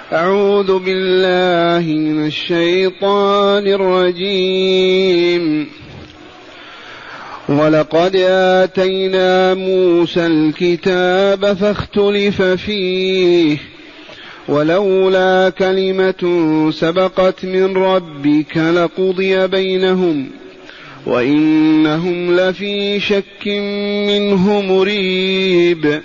أعوذ بالله من الشيطان الرجيم. ولقد آتينا موسى الكتاب فاختلف فيه ولولا كلمة سبقت من ربك لقضي بينهم وإنهم لفي شك منه مريب.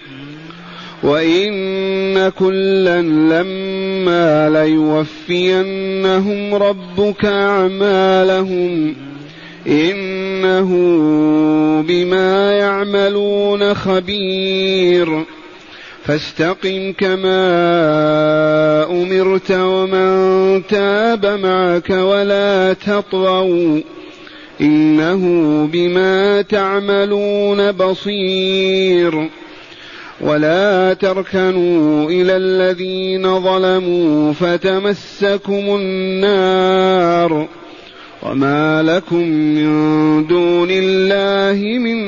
وإن كلا لما ليوفينهم ربك أعمالهم إنه بما يعملون خبير. فاستقم كما أمرت ومن تاب معك ولا تطغوا إنه بما تعملون بصير. ولا تركنوا إلى الذين ظلموا فتمسكم النار وما لكم من دون الله من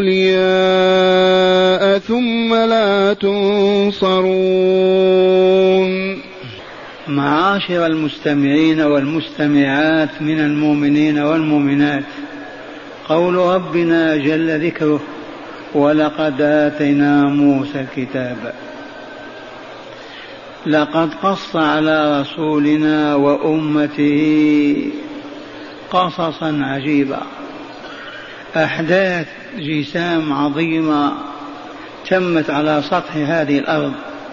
أولياء ثم لا تنصرون. معاشر المستمعين والمستمعات من المؤمنين والمؤمنات، قول ربنا جل ذكره: ولقد آتينا موسى الكتاب. لقد قص على رسولنا وأمته قصصا عجيبة، أحداث جسام عظيمة تمت على سطح هذه الأرض.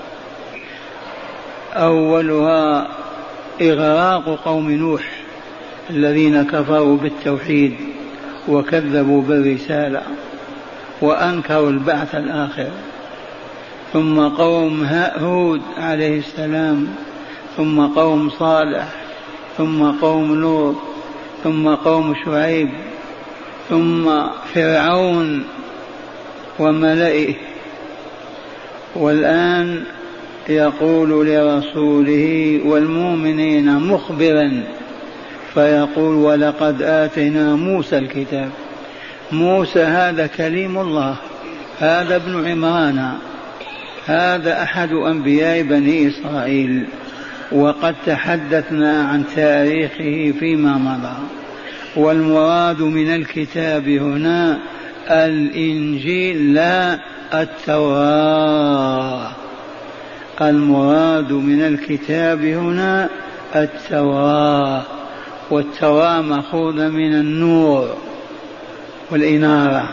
أولها إغراق قوم نوح الذين كفروا بالتوحيد وكذبوا بالرسالة وأنكروا البعث الآخر، ثم قوم هود عليه السلام، ثم قوم صالح، ثم قوم لوط، ثم قوم شعيب، ثم فرعون وملئه. والآن يقول لرسوله والمؤمنين مخبرا فيقول: ولقد آتينا موسى الكتاب. موسى هذا كليم الله، هذا ابن عمران، هذا أحد أنبياء بني إسرائيل، وقد تحدثنا عن تاريخه فيما مضى. والمراد من الكتاب هنا الإنجيل لا التوراة. المراد من الكتاب هنا التوراة، والتوراة مأخوذة من النور والإنارة،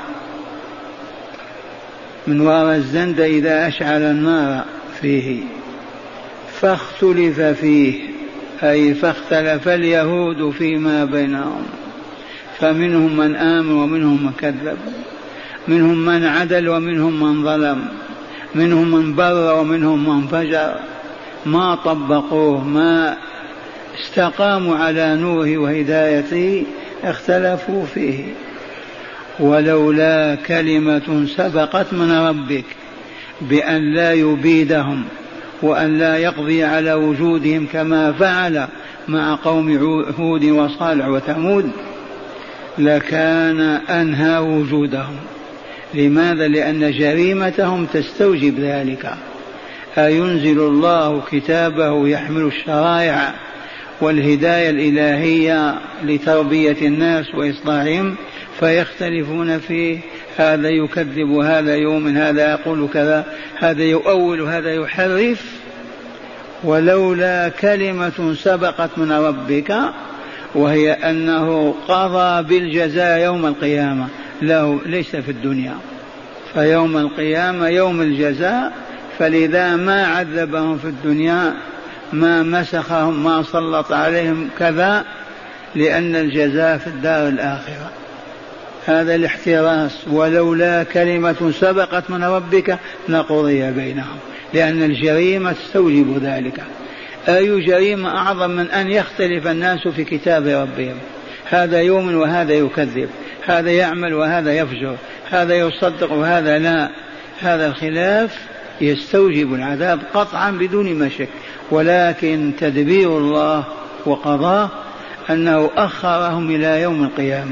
من وراء الزند إذا أشعل النار فيه. فاختلف فيه أي فاختلف اليهود فيما بينهم، فمنهم من آمن ومنهم من كذب، منهم من عدل ومنهم من ظلم، منهم من بر ومنهم من فجر، ما طبقوه، ما استقاموا على نوره وهدايته، اختلفوا فيه. ولولا كلمة سبقت من ربك بأن لا يبيدهم وأن لا يقضي على وجودهم كما فعل مع قوم هود وصالح وثمود لكان أنهى وجودهم. لماذا؟ لأن جريمتهم تستوجب ذلك. أينزل الله كتابه يحمل الشرائع والهداية الإلهية لتربية الناس وإصلاحهم فيختلفون فيه؟ هذا يكذب، هذا يؤمن، هذا يقول كذا، هذا يؤول، هذا يحرف. ولولا كلمة سبقت من ربك، وهي أنه قضى بالجزاء يوم القيامة له، ليس في الدنيا، فيوم القيامة يوم الجزاء. فلذا ما عذبهم في الدنيا، ما مسخهم، ما سلط عليهم كذا، لأن الجزاء في الدار الآخرة. هذا الاحتراس. ولولا كلمة سبقت من ربك لقضي بينهم، لأن الجريمة تستوجب ذلك. أي جريمة أعظم من أن يختلف الناس في كتاب ربهم؟ هذا يؤمن وهذا يكذب، هذا يعمل وهذا يفجر، هذا يصدق وهذا لا. هذا الخلاف يستوجب العذاب قطعا بدون مشك. ولكن تدبير الله وقضاه أنه أخرهم إلى يوم القيامة.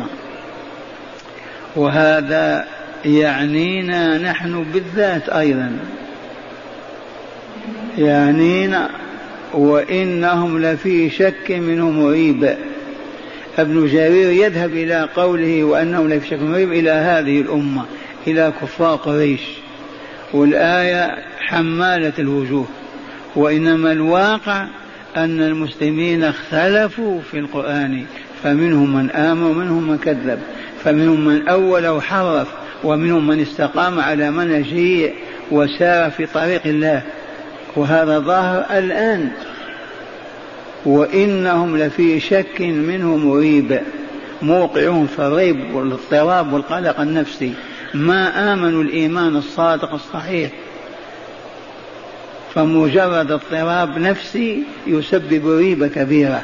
وهذا يعنينا نحن بالذات أيضا، يعنينا وإنهم لفي شك منه مريب. ابن جرير يذهب إلى قوله وأنهم لفي شك مريب إلى هذه الأمة، إلى كفار قريش، والآية حمالة الوجوه. وإنما الواقع أن المسلمين اختلفوا في القرآن، فمنهم من آمن ومنهم من كذب، فمنهم من أول وحرف، ومنهم من استقام على منهجه وسار في طريق الله، وهذا ظاهر الآن. وإنهم لفي شك منه مريب، موقعون في الريب والاضطراب والقلق النفسي، ما آمنوا الإيمان الصادق الصحيح، فمجرد اضطراب نفسي يسبب ريبة كبيرة.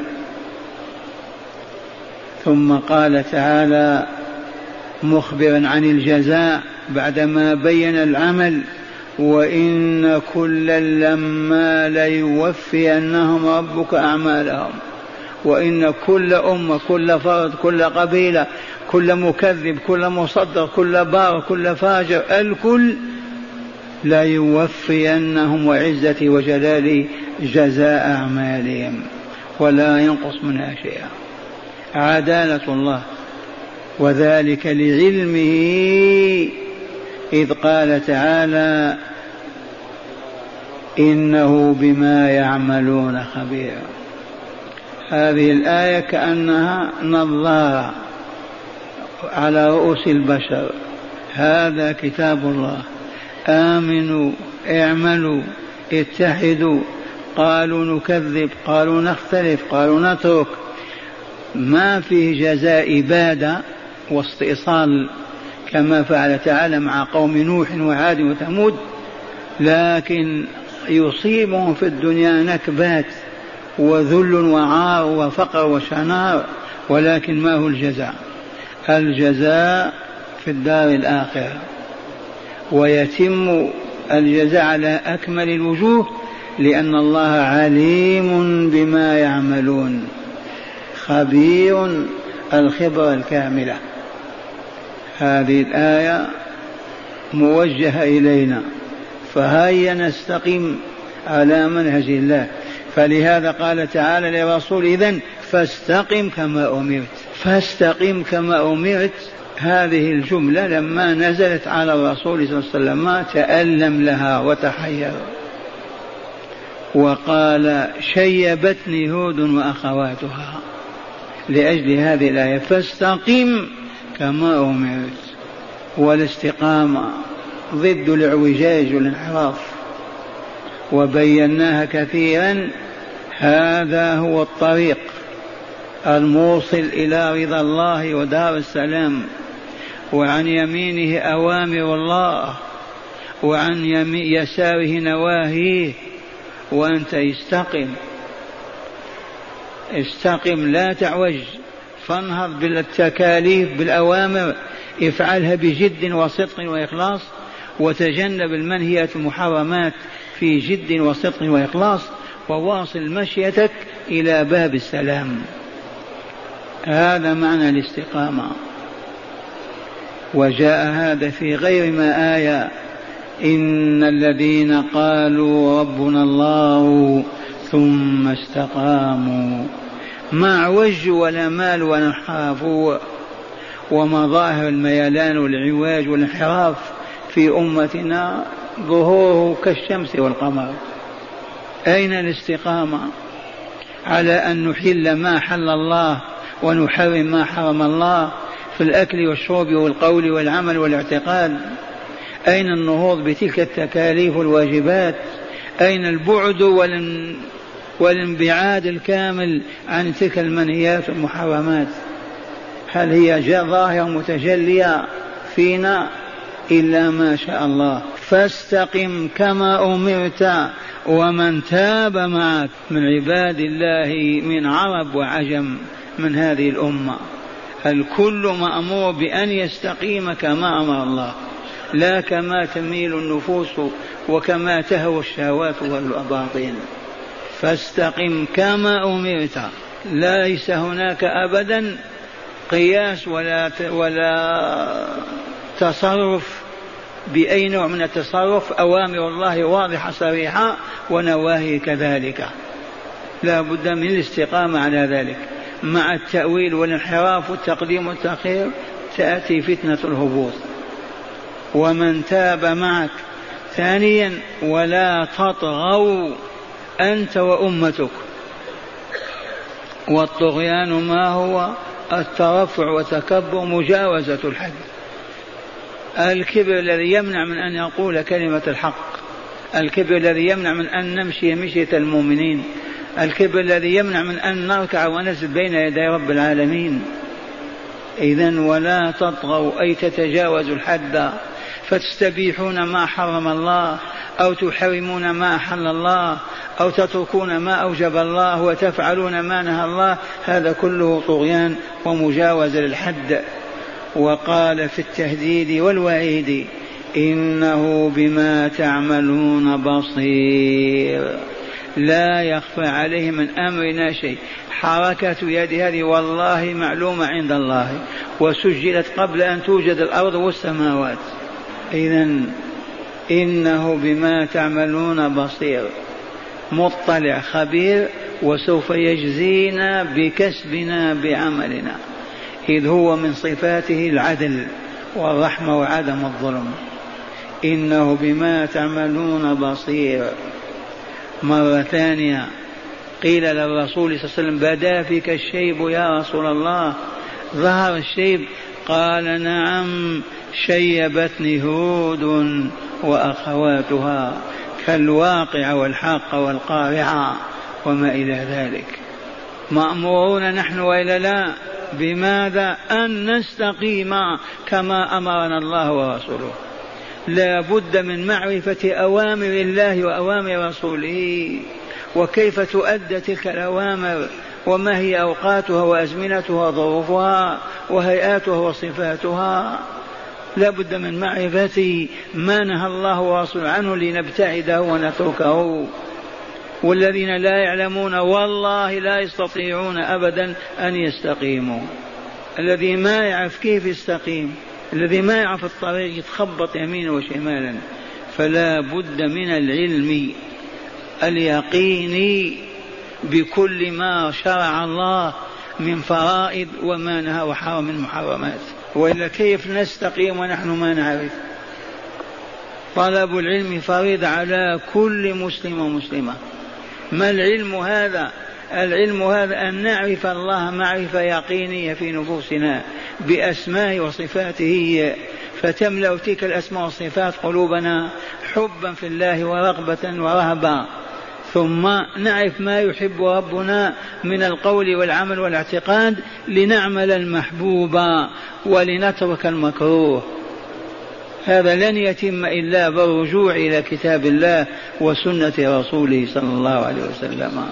ثم قال تعالى مخبرا عن الجزاء بعدما بين العمل: وإن كلا لما ليوفينهم ربك أعمالهم. وإن كل أمة، كل فرد، كل قبيلة، كل مكذب، كل مصدق، كل بار، كل فاجر، الكل لا يوفينهم وعزتي وجلالي جزاء أعمالهم ولا ينقص منها شيئا. عدالة الله، وذلك لعلمه، إذ قال تعالى إنه بما يعملون خبير. هذه الآية كأنها نظارة على رؤوس البشر. هذا كتاب الله، آمنوا اعملوا اتحدوا. قالوا نكذب، قالوا نختلف، قالوا نترك، ما فيه جزاء إبادة واستئصال كما فعل تعالى مع قوم نوح وعاد وثمود، لكن يصيبهم في الدنيا نكبات وذل وعار وفقر وشنار، ولكن ما هو الجزاء؟ الجزاء في الدار الآخرة، ويتم الجزاء على أكمل الوجوه، لأن الله عليم بما يعملون، خبير الخبرة الكاملة. هذه الآية موجهة إلينا، فهيا نستقيم على منهج الله. فلهذا قال تعالى لرسول: إذن فاستقم كما أمرت. فاستقم كما أمرت، هذه الجملة لما نزلت على الرسول صلى الله عليه وسلم تألم لها وتحير، وقال: شيبتني هود وأخواتها. لأجل هذه الآية فاستقم كما أمرت. والاستقامة ضد الاعوجاج والانحراف، وبيناها كثيرا. هذا هو الطريق الموصل إلى رضا الله ودار السلام، وعن يمينه أوامر الله، وعن يساره نواهيه. وأنت استقم لا تعوج، فانهض بالتكاليف بالأوامر، افعلها بجد وصدق وإخلاص، وتجنب المنهيات المحرمات في جد وصدق وإخلاص، وواصل مشيتك إلى باب السلام. هذا معنى الاستقامة. وجاء هذا في غير ما آية: إن الذين قالوا ربنا الله ثم استقاموا، ما عوج ولا مال ولا انحراف. ومظاهر الميلان والعواج والانحراف في أمتنا ظهوره كالشمس والقمر. أين الاستقامة على أن نحل ما حل الله ونحرم ما حرم الله في الأكل والشرب والقول والعمل والاعتقاد؟ أين النهوض بتلك التكاليف والواجبات؟ أين البعد والانبعاد الكامل عن تلك المنهيات والمحرمات؟ هل هي ظاهرة متجلية فينا؟ إلا ما شاء الله. فاستقم كما أمرت ومن تاب معك من عباد الله من عرب وعجم من هذه الأمة، الكل مأمور بأن يستقيم كما أمر الله، لا كما تميل النفوس وكما تهوى الشهوات والأباطيل. فاستقم كما أمرت. ليس هناك أبدا قياس ولا تصرف بأي نوع من التصرف. أوامر الله واضحة صريحة ونواهي كذلك. لا بد من الاستقامة على ذلك. مع التأويل والانحراف والتقديم والتأخير تأتي فتنة الهبوط. ومن تاب معك. ثانيا ولا تطغوا أنت وأمتك. والطغيان ما هو؟ الترفع وتكبر، مجاوزة الحد، الكبر الذي يمنع من أن يقول كلمة الحق، الكبر الذي يمنع من أن نمشي مشية المؤمنين، الكبر الذي يمنع من أن نركع ونسجد بين يدي رب العالمين. إذن ولا تطغوا أي تتجاوزوا الحد فتستبيحون ما حرم الله أو تحرمون ما أحل الله أو تتركون ما أوجب الله وتفعلون ما نهى الله، هذا كله طغيان ومجاوزة للحد. وقال في التهديد والوعيد إنه بما تعملون بصير، لا يخفى عليه من أمرنا شيء. حركة يد هذه والله معلومة عند الله وسجلت قبل أن توجد الأرض والسماوات. إذن إنه بما تعملون بصير، مطلع خبير، وسوف يجزينا بكسبنا بعملنا، إذ هو من صفاته العدل والرحمة وعدم الظلم. إنه بما تعملون بصير. مرة ثانية قيل للرسول صلى الله عليه وسلم بدا فيك الشيب يا رسول الله، ظهر الشيب؟ قال نعم، شيبتني هود وأخواتها كالواقع والحاقة والقارعة وما إلى ذلك. مأمورون نحن وإلا لا؟ بماذا؟ أن نستقيم كما أمرنا الله ورسوله. لا بد من معرفة أوامر الله وأوامر رسوله، وكيف تؤدى تلك الأوامر، وما هي أوقاتها وأزمنتها وظروفها وهيئاتها وصفاتها. لا بد من معرفة ما نهى الله ورسوله عنه لنبتعده ونتركه. والذين لا يعلمون والله لا يستطيعون أبدا أن يستقيموا. الذي ما يعرف كيف يستقيم، الذي ما يعرف الطريق يتخبط يمينا وشمالا. فلا بد من العلم اليقيني بكل ما شرع الله من فرائض وما نهى وحرم من محرمات، وإلا كيف نستقيم ونحن ما نعرف؟ طلب العلم فريضة على كل مسلم ومسلمة. ما العلم هذا؟ العلم هذا أن نعرف الله معرفة يقينية في نفوسنا بأسماء وصفاته، فتملأ تلك الأسماء والصفات قلوبنا حبا في الله ورغبة ورهبة. ثم نعرف ما يحب ربنا من القول والعمل والاعتقاد لنعمل المحبوب ولنترك المكروه. هذا لن يتم إلا بالرجوع إلى كتاب الله وسنة رسوله صلى الله عليه وسلم.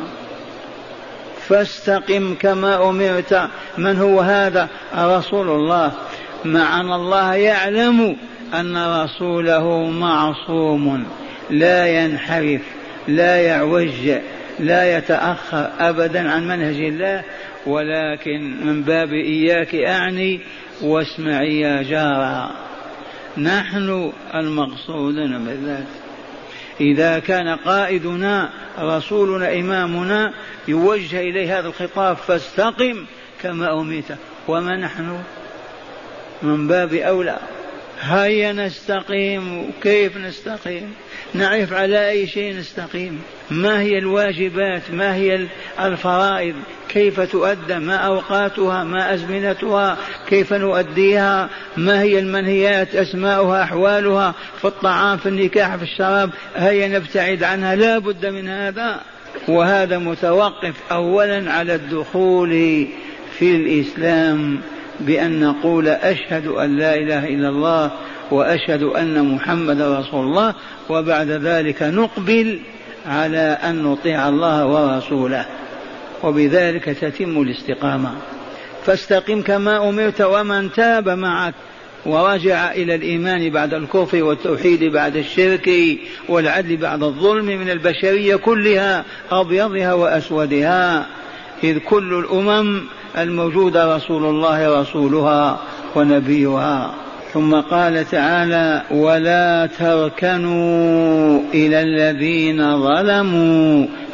فاستقم كما أمرت. من هو هذا؟ رسول الله. مع أن الله يعلم أن رسوله معصوم لا ينحرف لا يعوج لا يتأخر أبدا عن منهج الله، ولكن من باب إياك أعني واسمعي يا جارة. نحن المقصودون بالذات. إذا كان قائدنا رسولنا إمامنا يوجه إليه هذا الخطاب فاستقم كما أمرت، وما نحن من باب أولى. هيا نستقيم. كيف نستقيم؟ نعرف على أي شيء نستقيم، ما هي الواجبات، ما هي الفرائض، كيف تؤدى، ما أوقاتها، ما أزمنتها، كيف نؤديها، ما هي المنهيات، أسماؤها، أحوالها في الطعام في النكاح في الشراب. هيا نبتعد عنها. لا بد من هذا. وهذا متوقف أولا على الدخول في الإسلام بأن نقول أشهد أن لا إله إلا الله وأشهد أن محمد رسول الله، وبعد ذلك نقبل على أن نطيع الله ورسوله، وبذلك تتم الاستقامة. فاستقم كما أمرت. ومن تاب معك ورجع إلى الإيمان بعد الكفر والتوحيد بعد الشرك والعدل بعد الظلم من البشرية كلها أبيضها وأسودها، إذ كل الأمم الموجودة رسول الله رسولها ونبيها. ثم قال تعالى ولا تركنوا إلى الذين ظلموا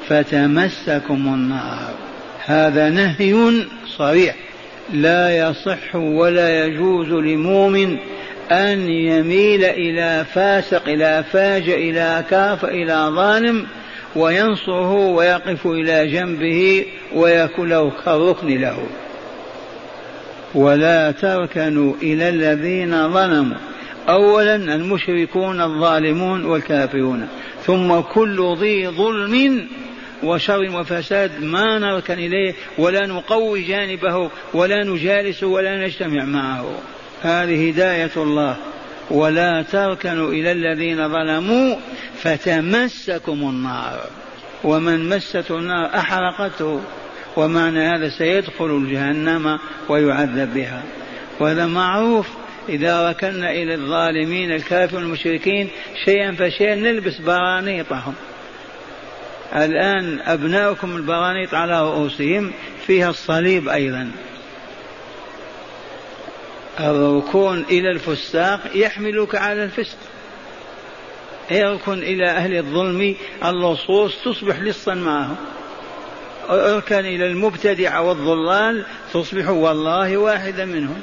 فتمسكم النار. هذا نهي صريح، لا يصح ولا يجوز لمؤمن أن يميل إلى فاسق، إلى فاجر، إلى كافر، إلى ظالم وينصره ويقف إلى جنبه ويكون له كالركن له. ولا تركنوا إلى الذين ظلموا، أولا المشركون الظالمون والكافرون، ثم كل ذي ظلم وشر وفساد ما نركن إليه ولا نقوي جانبه ولا نجالسه ولا نجتمع معه. هذه هداية الله. ولا تركنوا إلى الذين ظلموا فتمسكم النار، ومن مسته النار أحرقته، ومعنى هذا سيدخل جهنم ويعذب بها. وهذا معروف، إذا ركنا إلى الظالمين الكافرين المشركين شيئا فشيئا نلبس برانيطهم. الآن أبناؤكم البرانيط على رؤوسهم فيها الصليب أيضا. الركون إلى الفساق يحملك على الفسق، اركن إلى أهل الظلم اللصوص تصبح لصا معهم، اركن إلى المبتدع والضلال تصبح والله واحدا منهم.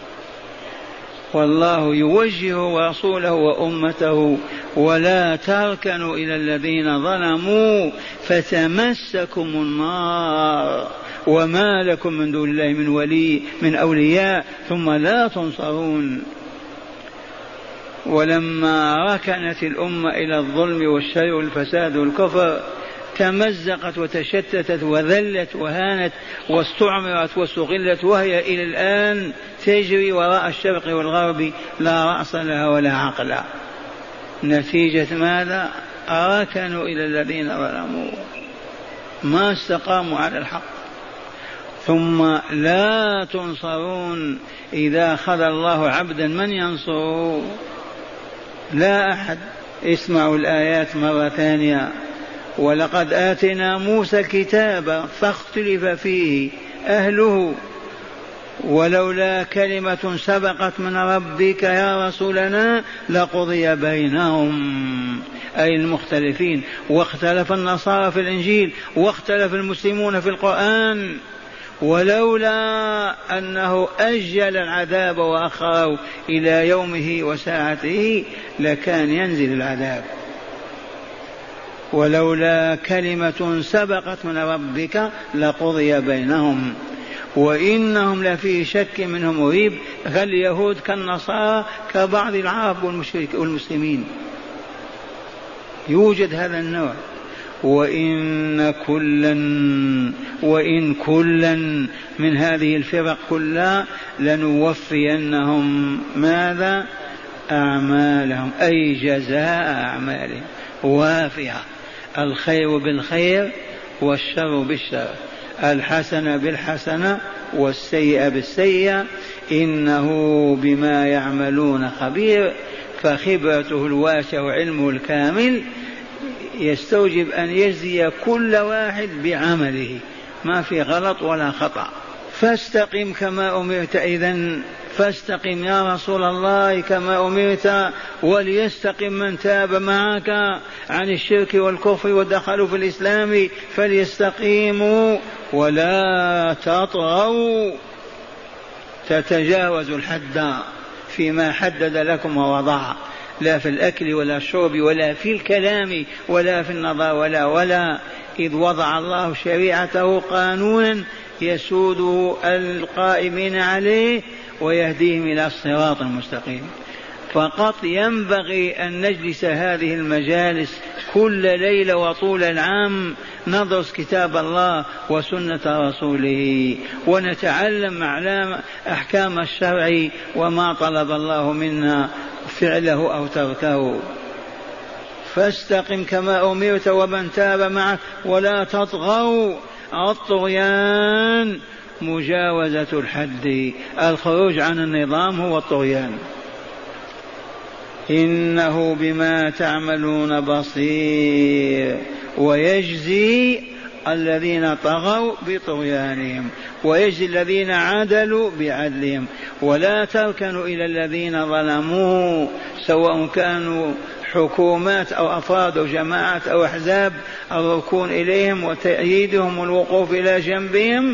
والله يوجه رسوله وأمته: ولا تركنوا إلى الذين ظلموا فتمسكم النار وما لكم من دون الله من ولي من أولياء ثم لا تنصرون. ولما ركنت الأمة إلى الظلم والشر والفساد والكفر تمزقت وتشتتت وذلت وهانت واستعمرت واستغلت، وهي إلى الآن تجري وراء الشرق والغرب لا رأس لها ولا عقل. نتيجة ماذا؟ ركنوا إلى الذين ظلموا، ما استقاموا على الحق. ثم لا تنصرون. إذا خذ الله عبدا من ينصره؟ لا أحد. اسمعوا الآيات مرة ثانية: ولقد آتينا موسى الكتاب فاختلف فيه أهله ولولا كلمة سبقت من ربك يا رسولنا لقضي بينهم، أي المختلفين. واختلف النصارى في الإنجيل واختلف المسلمون في القرآن، ولولا أنه أجل العذاب وأخره إلى يومه وساعته لكان ينزل العذاب. ولولا كلمة سبقت من ربك لقضي بينهم وإنهم لفي شك منه مريب. فاليهود كالنصارى كبعض العرب والمسلمين، يوجد هذا النوع. وإن كلا من هذه الفرق كلها لنوفينهم ماذا؟ أعمالهم، أي جزاء أعمالهم وافية، الخير بالخير والشر بالشر، الحسنة بالحسنة والسيئة بالسيئة، إنه بما يعملون خبير. فخبرته الواسعة وعلمه الكامل يستوجب أن يجزي كل واحد بعمله، ما في غلط ولا خطأ. فاستقم كما أمرت. إذن فاستقم يا رسول الله كما أمرت، وليستقم من تاب معك عن الشرك والكفر ودخلوا في الإسلام فليستقيموا ولا تطغوا تتجاوزوا الحد فيما حدد لكم ووضع، لا في الأكل ولا الشرب ولا في الكلام ولا في النظر ولا إذ وضع الله شريعته قانونا يسود القائمين عليه ويهديهم إلى الصراط المستقيم. فقط ينبغي أن نجلس هذه المجالس كل ليلة وطول العام ندرس كتاب الله وسنة رسوله ونتعلم أحكام الشرع وما طلب الله منا فعله أو تركه. فاستقم كما أمرت ومن تاب معك ولا تطغوا. الطغيان مجاوزة الحد، الخروج عن النظام هو الطغيان. إنه بما تعملون بصير ويجزي الذين طغوا بطغيانهم ويجزي الذين عدلوا بعدلهم. ولا تركنوا إلى الذين ظلموا سواء كانوا حكومات أو أفراد أو جماعات أو أحزاب، الركون إليهم وتأييدهم والوقوف إلى جنبهم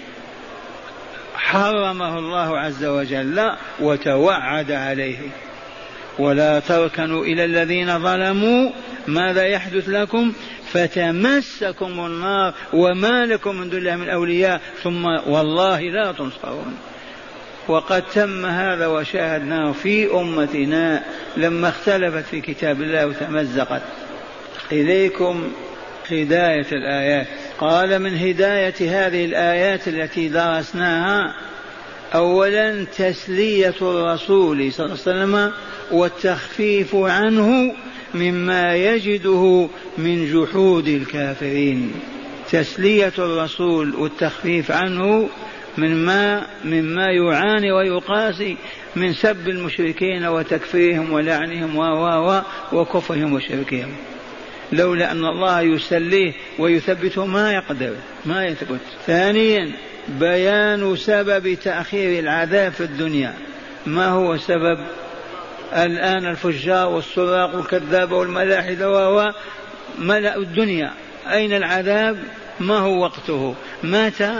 حرمه الله عز وجل وتوعد عليه. ولا تركنوا إلى الذين ظلموا ماذا يحدث لكم؟ فتمسكم النار وما لكم من دون الله من أولياء ثم والله لا تنصرون. وقد تم هذا وشاهدناه في أمتنا لما اختلفت في كتاب الله وتمزقت. إليكم هداية الآيات. قال من هداية هذه الآيات التي درسناها أولا تسلية الرسول صلى الله عليه وسلم والتخفيف عنه مما يجده من جحود الكافرين. تسلية الرسول والتخفيف عنه مما يعاني ويقاسي من سب المشركين وتكفيرهم ولعنهم وكفرهم وشركهم. لولا أن الله يسليه ويثبته ما يقدر ما يثبت. ثانيا بيان سبب تأخير العذاب في الدنيا. ما هو سبب؟ الآن الفجار والسراق والكذاب والملاحدة وملأ الدنيا، أين العذاب؟ ما هو وقته؟ متى؟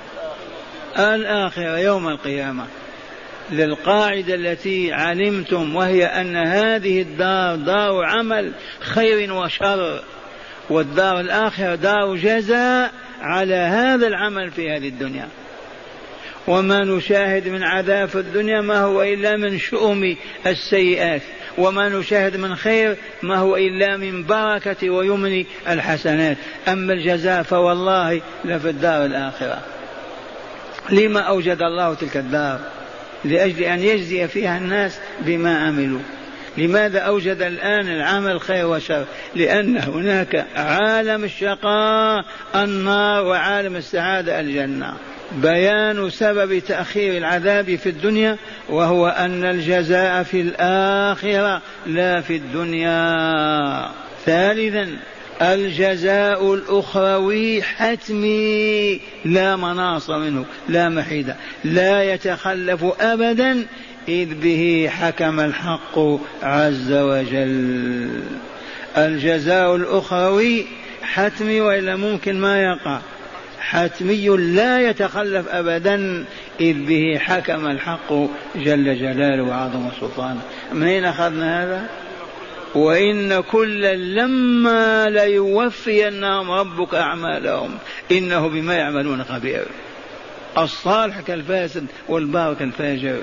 الآخرة يوم القيامة. للقاعدة التي علمتم وهي أن هذه الدار دار عمل خير وشر، والدار الآخرة دار جزاء على هذا العمل في هذه الدنيا. وما نشاهد من عذاب في الدنيا ما هو إلا من شؤم السيئات، وما نشاهد من خير ما هو إلا من بركة ويمن الحسنات. أما الجزاء فوالله لفي الدار الآخرة. لما أوجد الله تلك الدار؟ لأجل أن يجزي فيها الناس بما عملوا. لماذا أوجد الآن العمل خير وشر؟ لأن هناك عالم الشقاء النار وعالم السعادة الجنة. بيان سبب تأخير العذاب في الدنيا وهو أن الجزاء في الآخرة لا في الدنيا. ثالثا الجزاء الأخروي حتمي لا مناص منه لا محيدة، لا يتخلف أبدا إذ به حكم الحق عز وجل. الجزاء الأخروي حتمي وإلا ممكن ما يقع، حتمي لا يتخلف أبدا إذ به حكم الحق جل جلاله وعظم سلطانه. من أين أخذنا هذا؟ وإن كلا لما ليوفينهم ربك أعمالهم إنه بما يعملون خبير. الصالح كالفاسد والبار كالفاجر.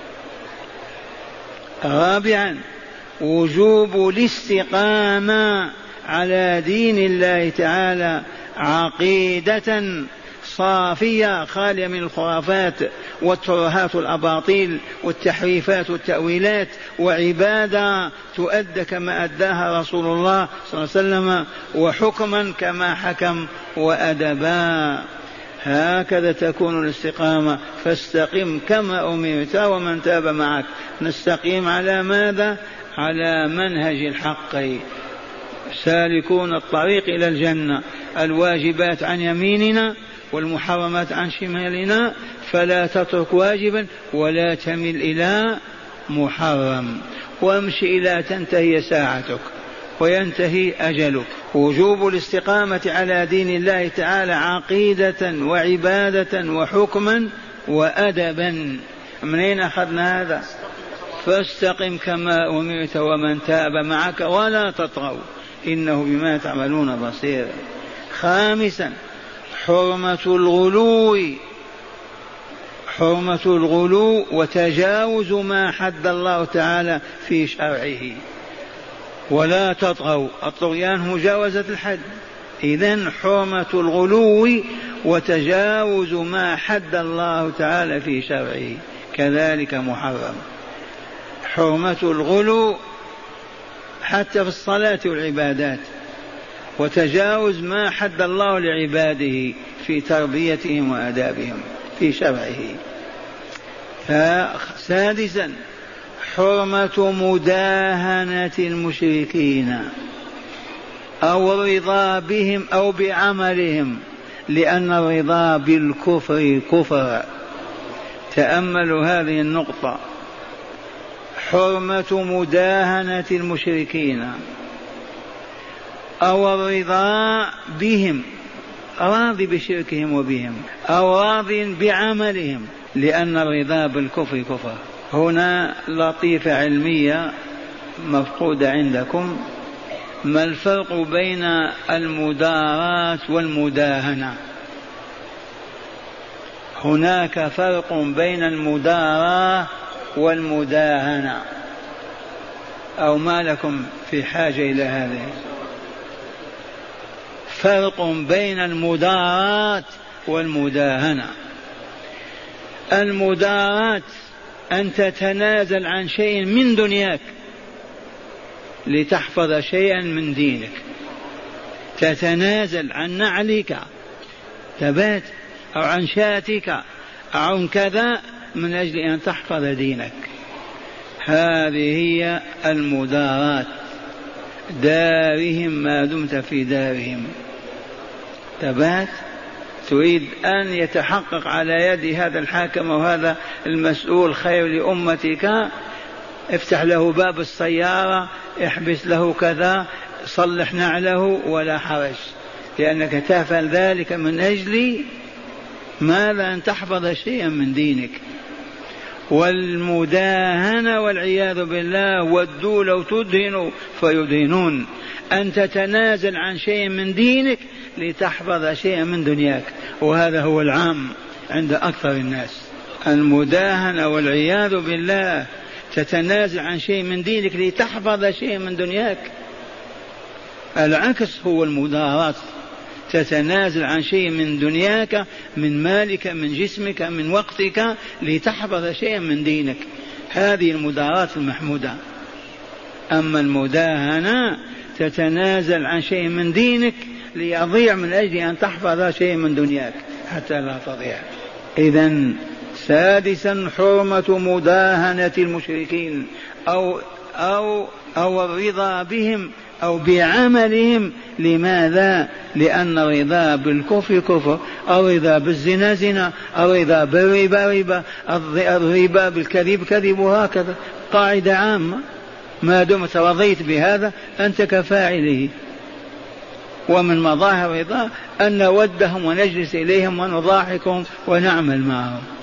رابعا وجوب الاستقامة على دين الله تعالى عقيدة صافية خالية من الخرافات والترهات والأباطيل والتحريفات والتأويلات، وعبادة تؤدى كما أداها رسول الله صلى الله عليه وسلم، وحكما كما حكم، وأدبا. هكذا تكون الاستقامة. فاستقم كما أمرت ومن تاب معك. نستقيم على ماذا؟ على منهج الحق، سالكون الطريق إلى الجنة، الواجبات عن يميننا والمحرمات عن شمالنا، فلا تترك واجبا ولا تمل إلى محرم، وامشي إلى تنتهي ساعتك وينتهي أجلك. وجوب الاستقامة على دين الله تعالى عقيدة وعبادة وحكما وأدبا. من أين أخذنا هذا؟ فاستقم كما أمرت ومن تاب معك ولا تطغوا إنه بما تعملون بصير. خامسا حرمة الغلو وتجاوز ما حد الله تعالى في شرعه. ولا تطغوا، الطغيان مجاوزة الحد. إذن حرمة الغلو وتجاوز ما حد الله تعالى في شرعه كذلك محرم. حرمة الغلو حتى في الصلاة والعبادات، وتجاوز ما حد الله لعباده في تربيتهم وآدابهم في شرعه. سادسا حرمة مداهنة المشركين. أو الرضا بهم أو بعملهم، لأن الرضا بالكفر كفر. تأملوا هذه النقطة، حرمة مداهنة المشركين، أو الرضا بهم، راضي بشركهم وبهم، أو راض بعملهم، لأن الرضا بالكفر كفر. هنا لطيفة علمية مفقودة عندكم: ما الفرق بين المداراة والمداهنة؟ هناك فرق بين المداراة والمداهنة، أو ما لكم في حاجة إلى هذه؟ فرق بين المداراة والمداهنة. المداراة أن تتنازل عن شيء من دنياك لتحفظ شيئا من دينك، تتنازل عن نعلك تبات أو عن شاتك أو عن كذا من أجل أن تحفظ دينك. هذه هي المداراة، دارهم ما دمت في دارهم. تبات تريد أن يتحقق على يد هذا الحاكم وهذا المسؤول خير لأمتك، افتح له باب السيارة، احبس له كذا، صلح نعله، ولا حرج، لأنك تفعل ذلك من أجل ماذا؟ أن تحفظ شيئا من دينك. والمداهنة والعياذ بالله ودوا لو تدهنوا فيدهنون، أن تتنازل عن شيء من دينك لتحفظ شيئا من دنياك، وهذا هو العام عند أكثر الناس. المداهنة والعياذ بالله تتنازل عن شيء من دينك لتحفظ شيء من دنياك. العكس هو المداراة، تتنازل عن شيء من دنياك، من مالك، من جسمك، من وقتك، لتحفظ شيئا من دينك. هذه المداراة المحمودة. أما المداهنة تتنازل عن شيء من دينك ليضيع من أجل أن تحفظ شيء من دنياك حتى لا تضيع. إذن سادسا حرمة مداهنة المشركين أو الرضا بهم أو بعملهم. لماذا؟ لأن الرضا بالكفر كفر، الرضا بالزنا زنا، الرضا بالربا ربا، الربا بالكذب كذب، وهكذا قاعدة عامة. ما دمت رضيت بهذا أنت كفاعله. ومن مظاهر الرضا أن نودهم ونجلس إليهم ونضاحكهم ونعمل معهم.